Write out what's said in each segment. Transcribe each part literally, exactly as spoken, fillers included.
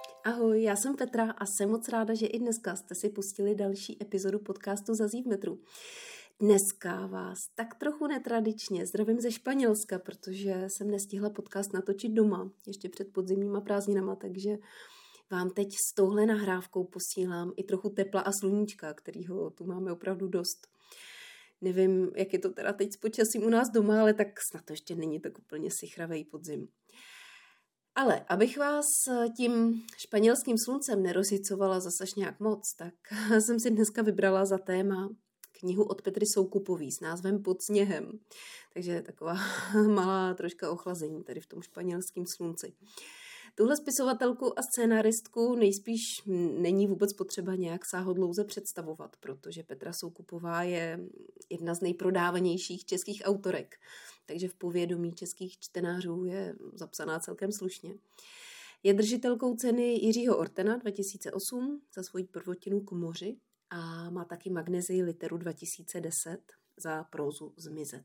Ahoj, já jsem Petra a jsem moc ráda, že i dneska jste si pustili další epizodu podcastu Zazí v metru. Dneska vás tak trochu netradičně zdravím ze Španělska, protože jsem nestihla podcast natočit doma, ještě před podzimníma prázdninama, takže vám teď s touhle nahrávkou posílám i trochu tepla a sluníčka, kterýho tu máme opravdu dost. Nevím, jak je to teda teď s počasím u nás doma, ale tak snad to ještě není tak úplně sichravej podzim. Ale abych vás tím španělským sluncem nerozhicovala zasaž nějak moc, tak jsem si dneska vybrala za téma knihu od Petry Soukupový s názvem Pod sněhem. Takže taková malá troška ochlazení tady v tom španělském slunci. Tuhle spisovatelku a scénáristku nejspíš není vůbec potřeba nějak sáhodlouze představovat, protože Petra Soukupová je jedna z nejprodávanějších českých autorek, takže v povědomí českých čtenářů je zapsaná celkem slušně. Je držitelkou ceny Jiřího Ortena dva tisíce osm za svoji prvotinu K moři a má taky Magnezii literu dva tisíce deset za prózu Zmizet.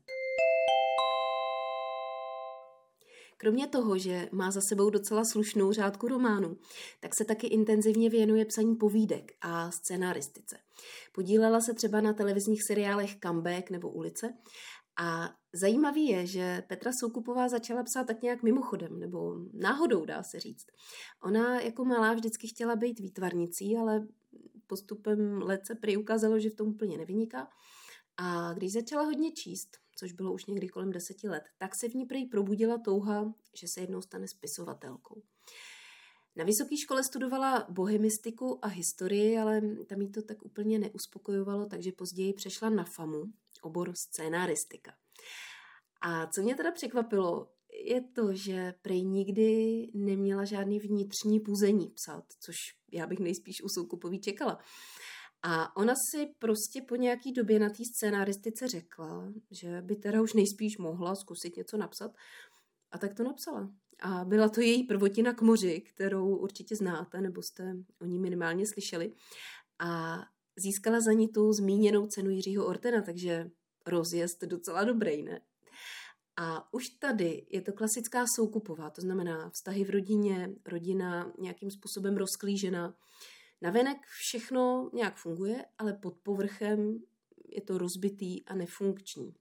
Kromě toho, že má za sebou docela slušnou řádku románů, tak se taky intenzivně věnuje psaní povídek a scénaristice. Podílela se třeba na televizních seriálech Comeback nebo Ulice a zajímavý je, že Petra Soukupová začala psát tak nějak mimochodem, nebo náhodou dá se říct. Ona jako malá vždycky chtěla být výtvarnicí, ale postupem let se prý ukázalo, že v tom úplně nevyniká. A když začala hodně číst, což bylo už někdy kolem deseti let, tak se v ní prý probudila touha, že se jednou stane spisovatelkou. Na vysoké škole studovala bohemistiku a historii, ale tam jí to tak úplně neuspokojovalo, takže později přešla na FAMu, obor scénáristika. A co mě teda překvapilo, je to, že prej nikdy neměla žádný vnitřní puzení psát, což já bych nejspíš u Soukupový čekala. A ona si prostě po nějaký době na té scénaristice řekla, že by teda už nejspíš mohla zkusit něco napsat. A tak to napsala. A byla to její prvotina K moři, kterou určitě znáte, nebo jste o ní minimálně slyšeli. A získala za ní tu zmíněnou cenu Jiřího Ortena, takže rozjezd docela dobrý, ne? A už tady je to klasická Soukupová, to znamená vztahy v rodině, rodina nějakým způsobem rozklížená. Navenek všechno nějak funguje, ale pod povrchem je to rozbitý a nefunkční.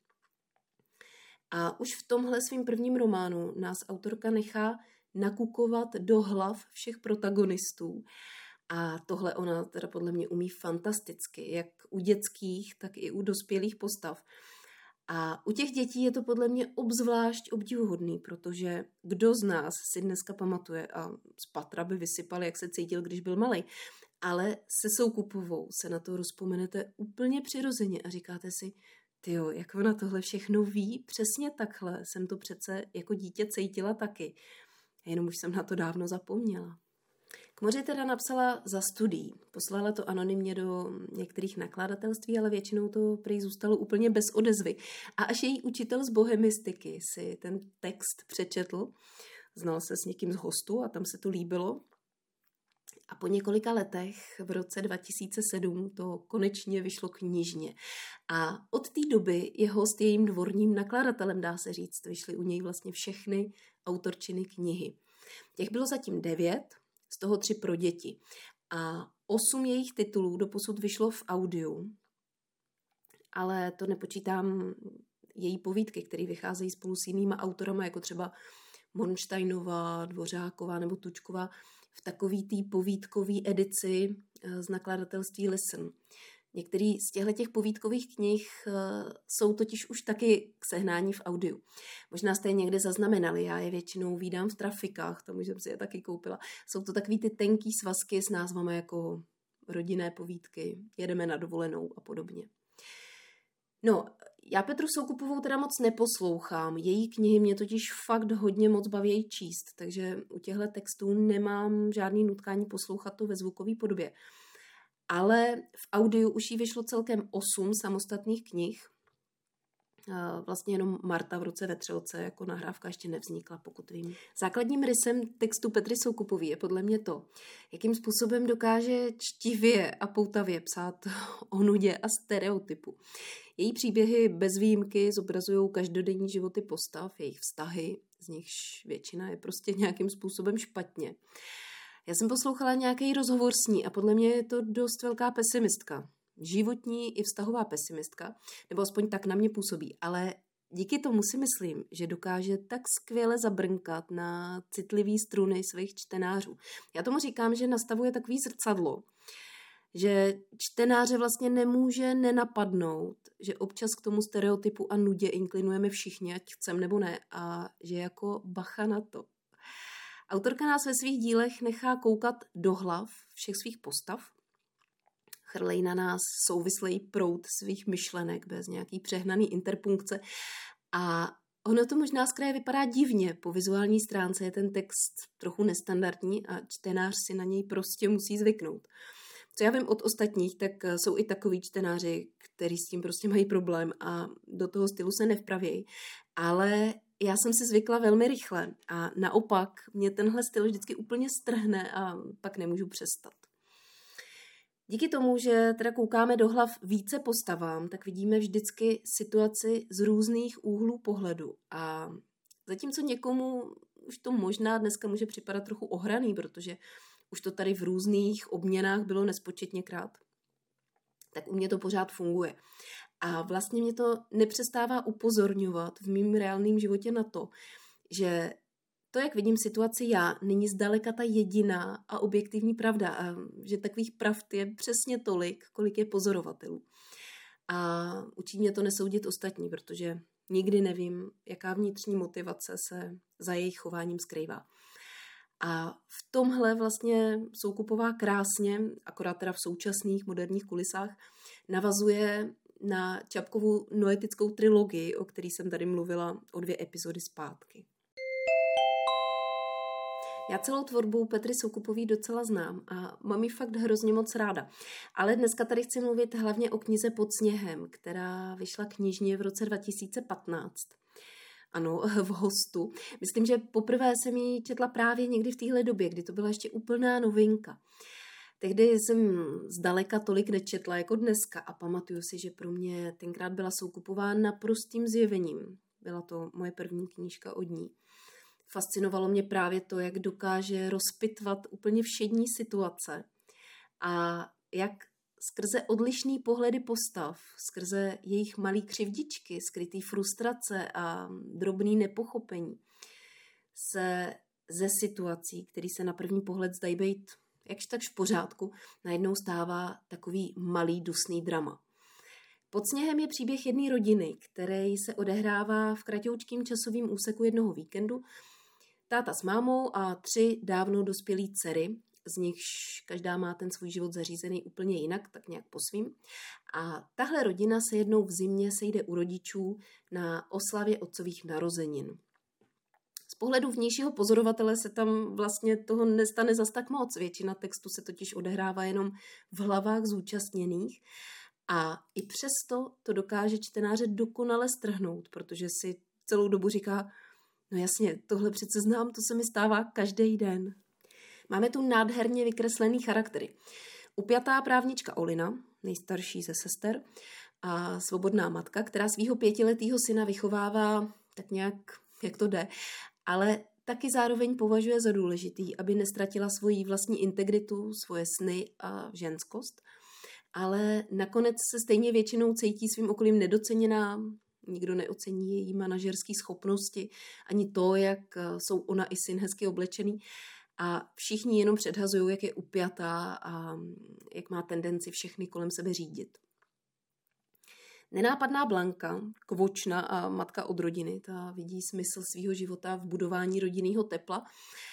A už v tomhle svým prvním románu nás autorka nechá nakukovat do hlav všech protagonistů. A tohle ona teda podle mě umí fantasticky, jak u dětských, tak i u dospělých postav. A u těch dětí je to podle mě obzvlášť obdivuhodný, protože kdo z nás si dneska pamatuje, a z patra by vysypal, jak se cítil, když byl malej, ale se Soukupovou se na to rozpomenete úplně přirozeně a říkáte si, tyjo, jak ona tohle všechno ví, přesně takhle jsem to přece jako dítě cítila taky. Jenom už jsem na to dávno zapomněla. K moři teda napsala za studií. Poslala to anonymně do některých nakladatelství, ale většinou to prý zůstalo úplně bez odezvy. A až její učitel z bohemistiky si ten text přečetl, znal se s někým z hostů a tam se to líbilo. A po několika letech, v roce dva tisíce sedm, to konečně vyšlo knižně. A od té doby je host jejím dvorním nakladatelem, dá se říct. Vyšly u něj vlastně všechny autorčiny knihy. Těch bylo zatím devět, z toho tři pro děti. A osm jejich titulů doposud vyšlo v audiu. Ale to nepočítám její povídky, které vycházejí spolu s jinýma autorama, jako třeba Monštejnová, Dvořáková nebo Tučková, v takový té povídkový edici z nakladatelství Listen. Některý z těchto povídkových knih jsou totiž už taky k sehnání v audiu. Možná jste je někde zaznamenali, já je většinou vídám v trafikách, tomu jsem si je taky koupila. Jsou to takový ty tenký svazky s názvama jako Rodinné povídky, Jedeme na dovolenou a podobně. No, já Petru Soukupovou teda moc neposlouchám, její knihy mě totiž fakt hodně moc baví číst, takže u těchto textů nemám žádný nutkání poslouchat to ve zvukové podobě. Ale v audiu už jí vyšlo celkem osm samostatných knih. Vlastně jenom Marta v ruce vetřelce jako nahrávka ještě nevznikla, pokud vím. Základním rysem textu Petry Soukupový je podle mě to, jakým způsobem dokáže čtivě a poutavě psát o nudě a stereotypu. Její příběhy bez výjimky zobrazují každodenní životy postav, jejich vztahy, z nichž většina je prostě nějakým způsobem špatně. Já jsem poslouchala nějaký rozhovor s ní a podle mě je to dost velká pesimistka. Životní i vztahová pesimistka, nebo aspoň tak na mě působí, ale díky tomu si myslím, že dokáže tak skvěle zabrnkat na citlivý struny svých čtenářů. Já tomu říkám, že nastavuje takový zrcadlo, že čtenáře vlastně nemůže nenapadnout, že občas k tomu stereotypu a nudě inklinujeme všichni, ať chcem nebo ne, a že jako bacha na to. Autorka nás ve svých dílech nechá koukat do hlav všech svých postav, chrlej na nás souvislej proud svých myšlenek bez nějaký přehnaný interpunkce a ono to možná z kraje vypadá divně, po vizuální stránce je ten text trochu nestandardní a čtenář si na něj prostě musí zvyknout. Co já vím od ostatních, tak jsou i takový čtenáři, kteří s tím prostě mají problém a do toho stylu se nevpravějí, ale já jsem si zvykla velmi rychle a naopak mě tenhle styl vždycky úplně strhne a pak nemůžu přestat. Díky tomu, že teda koukáme do hlav více postavám, tak vidíme vždycky situaci z různých úhlů pohledu a zatímco někomu už to možná dneska může připadat trochu ohraný, protože už to tady v různých obměnách bylo nespočetněkrát, tak u mě to pořád funguje. A vlastně mě to nepřestává upozorňovat v mým reálném životě na to, že to, jak vidím situaci já, není zdaleka ta jediná a objektivní pravda a že takových pravd je přesně tolik, kolik je pozorovatelů. A učí mě to nesoudit ostatní, protože nikdy nevím, jaká vnitřní motivace se za jejich chováním skrývá. A v tomhle vlastně Soukupová krásně, akorát teda v současných moderních kulisách, navazuje na Čapkovu noetickou trilogii, o který jsem tady mluvila o dvě epizody zpátky. Já celou tvorbu Petry Soukupový docela znám a mám ji fakt hrozně moc ráda. Ale dneska tady chci mluvit hlavně o knize Pod sněhem, která vyšla knižně v roce dva tisíce patnáct. Ano, v Hostu. Myslím, že poprvé jsem ji četla právě někdy v téhle době, kdy to byla ještě úplná novinka. Tehdy jsem zdaleka tolik nečetla jako dneska a pamatuju si, že pro mě tenkrát byla Soukupová naprostým zjevením. Byla to moje první knížka od ní. Fascinovalo mě právě to, jak dokáže rozpitvat úplně všední situace a jak skrze odlišný pohledy postav, skrze jejich malý křivdičky, skrytý frustrace a drobný nepochopení se ze situací, které se na první pohled zdají být jakž takž v pořádku, najednou stává takový malý dusný drama. Pod sněhem je příběh jedné rodiny, který se odehrává v kratoučkým časovým úseku jednoho víkendu. Táta s mámou a tři dávno dospělí dcery, z nichž každá má ten svůj život zařízený úplně jinak, tak nějak po svým. A tahle rodina se jednou v zimě sejde u rodičů na oslavě otcových narozenin. Z pohledu vnějšího pozorovatele se tam vlastně toho nestane zas tak moc. Většina textu se totiž odehrává jenom v hlavách zúčastněných. A i přesto to dokáže čtenáře dokonale strhnout, protože si celou dobu říká, no jasně, tohle přece znám, to se mi stává každý den. Máme tu nádherně vykreslený charaktery. Upjatá právnička Olina, nejstarší ze sester, a svobodná matka, která svého pětiletého syna vychovává tak nějak, jak to jde, ale taky zároveň považuje za důležitý, aby nestratila svoji vlastní integritu, svoje sny a ženskost, ale nakonec se stejně většinou cítí svým okolím nedoceněná, nikdo neocení její manažerské schopnosti, ani to, jak jsou ona i syn hezky oblečený. A všichni jenom předhazují, jak je upjatá a jak má tendenci všechny kolem sebe řídit. Nenápadná Blanka, kvočna a matka od rodiny, ta vidí smysl svého života v budování rodinného tepla,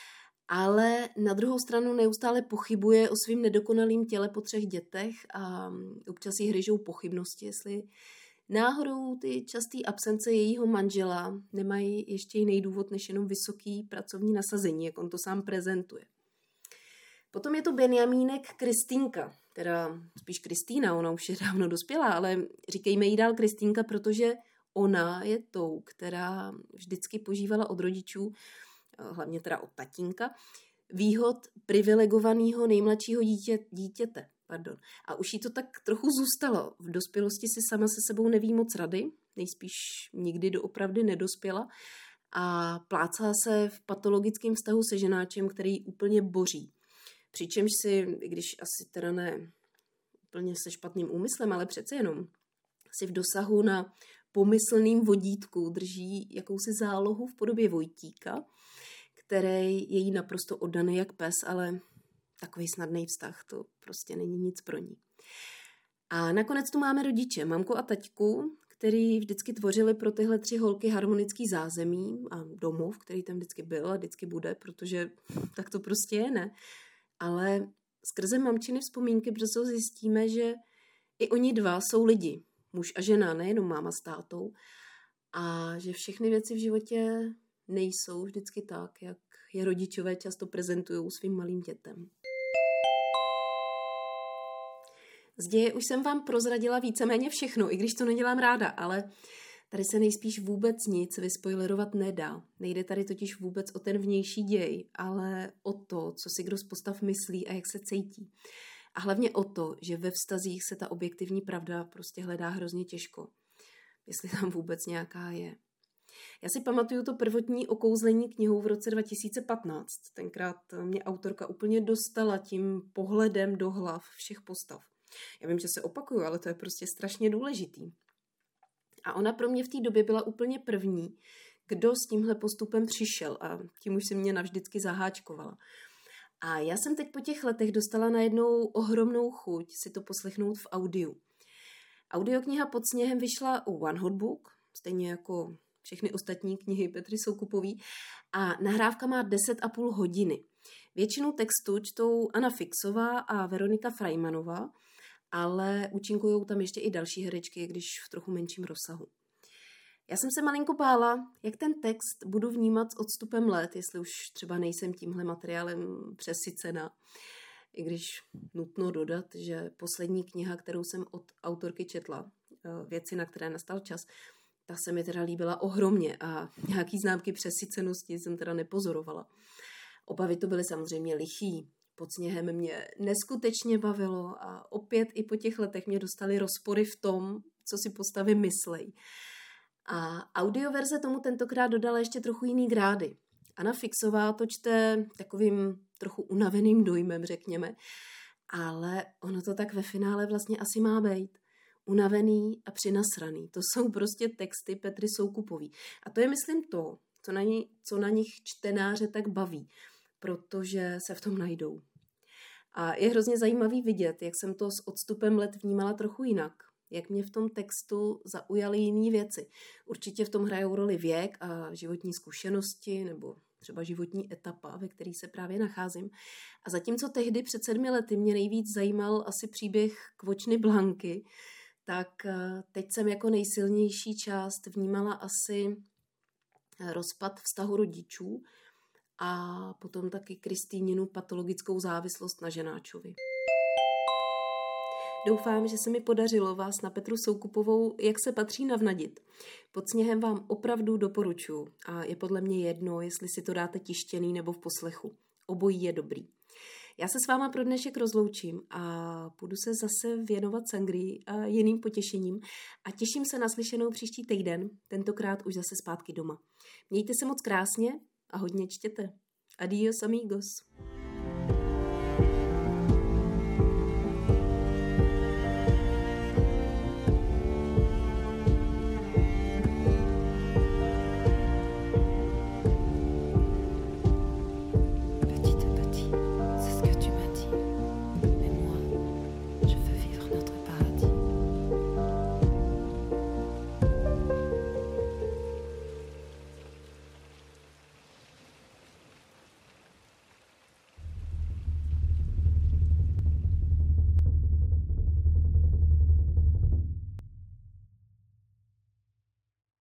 ale na druhou stranu neustále pochybuje o svým nedokonalým těle po třech dětech a občas jí hryžou pochybnosti, jestli náhodou ty časté absence jejího manžela nemají ještě jiný důvod než jenom vysoký pracovní nasazení, jak on to sám prezentuje. Potom je to Benjamínek Kristýnka, teda spíš Kristýna, ona už je dávno dospělá, ale říkejme jí dál Kristýnka, protože ona je tou, která vždycky požívala od rodičů, hlavně teda od tatínka, výhod privilegovaného nejmladšího dítě, dítěte. Pardon. A už jí to tak trochu zůstalo. V dospělosti si sama se sebou neví moc rady, nejspíš nikdy doopravdy nedospěla a plácala se v patologickém vztahu se ženáčem, který ji úplně boří. Přičemž si, i když asi teda ne úplně se špatným úmyslem, ale přece jenom si v dosahu na pomyslným vodítku drží jakousi zálohu v podobě Vojtíka, který je jí naprosto oddaný jak pes, ale takový snadný vztah, to prostě není nic pro ní. A nakonec tu máme rodiče, mamku a taťku, který vždycky tvořili pro tyhle tři holky harmonický zázemí a domov, který tam vždycky byl a vždycky bude, protože tak to prostě je, ne? Ale skrze mamčiny vzpomínky brzo zjistíme, že i oni dva jsou lidi, muž a žena, nejenom máma s tátou, a že všechny věci v životě nejsou vždycky tak, jak je rodičové často prezentují svým malým dětem. Z děje už jsem vám prozradila víceméně všechno, i když to nedělám ráda, ale tady se nejspíš vůbec nic vyspoilerovat nedá. Nejde tady totiž vůbec o ten vnější děj, ale o to, co si kdo z postav myslí a jak se cítí. A hlavně o to, že ve vztazích se ta objektivní pravda prostě hledá hrozně těžko. Jestli tam vůbec nějaká je. Já si pamatuju to prvotní okouzlení knihou v roce dva tisíce patnáct. Tenkrát mě autorka úplně dostala tím pohledem do hlav všech postav. Já vím, že se opakuju, ale to je prostě strašně důležitý. A ona pro mě v té době byla úplně první, kdo s tímhle postupem přišel a tím už si mě navždycky zaháčkovala. A já jsem teď po těch letech dostala najednou ohromnou chuť si to poslechnout v audiu. Audiokniha Pod sněhem vyšla u One Hot Book, stejně jako všechny ostatní knihy Petry Soukupový, a nahrávka má deset a půl hodiny. Většinu textu čtou Anna Fixová a Veronika Frajmanová, ale účinkují tam ještě i další herečky, když v trochu menším rozsahu. Já jsem se malinko bála, jak ten text budu vnímat s odstupem let, jestli už třeba nejsem tímhle materiálem přesycena. I když nutno dodat, že poslední kniha, kterou jsem od autorky četla, Věci, na které nastal čas, ta se mi teda líbila ohromně a nějaký známky přesycenosti jsem teda nepozorovala. Obavy to byly samozřejmě lichý. Pod sněhem mě neskutečně bavilo a opět i po těch letech mě dostaly rozpory v tom, co si postavy myslej. A audioverze tomu tentokrát dodala ještě trochu jiný grády. Anna Fixová to čte takovým trochu unaveným dojmem, řekněme, ale ono to tak ve finále vlastně asi má být. Unavený a přinasraný. To jsou prostě texty Petry Soukupový. A to je, myslím, to, co na, ní, co na nich čtenáře tak baví, protože se v tom najdou. A je hrozně zajímavý vidět, jak jsem to s odstupem let vnímala trochu jinak. Jak mě v tom textu zaujaly jiné věci. Určitě v tom hrajou roli věk a životní zkušenosti nebo třeba životní etapa, ve které se právě nacházím. A zatímco tehdy před sedmi lety mě nejvíc zajímal asi příběh Kvočny Blanky, tak teď jsem jako nejsilnější část vnímala asi rozpad vztahu rodičů a potom taky Kristýninu patologickou závislost na ženáčovi. Doufám, že se mi podařilo vás na Petru Soukupovou, jak se patří, navnadit. Pod sněhem vám opravdu doporučuji a je podle mě jedno, jestli si to dáte tištěný nebo v poslechu. Obojí je dobrý. Já se s váma pro dnešek rozloučím a budu se zase věnovat sangrii a jiným potěšením a těším se na slyšenou příští týden, tentokrát už zase zpátky doma. Mějte se moc krásně a hodně čtěte. Adios amigos.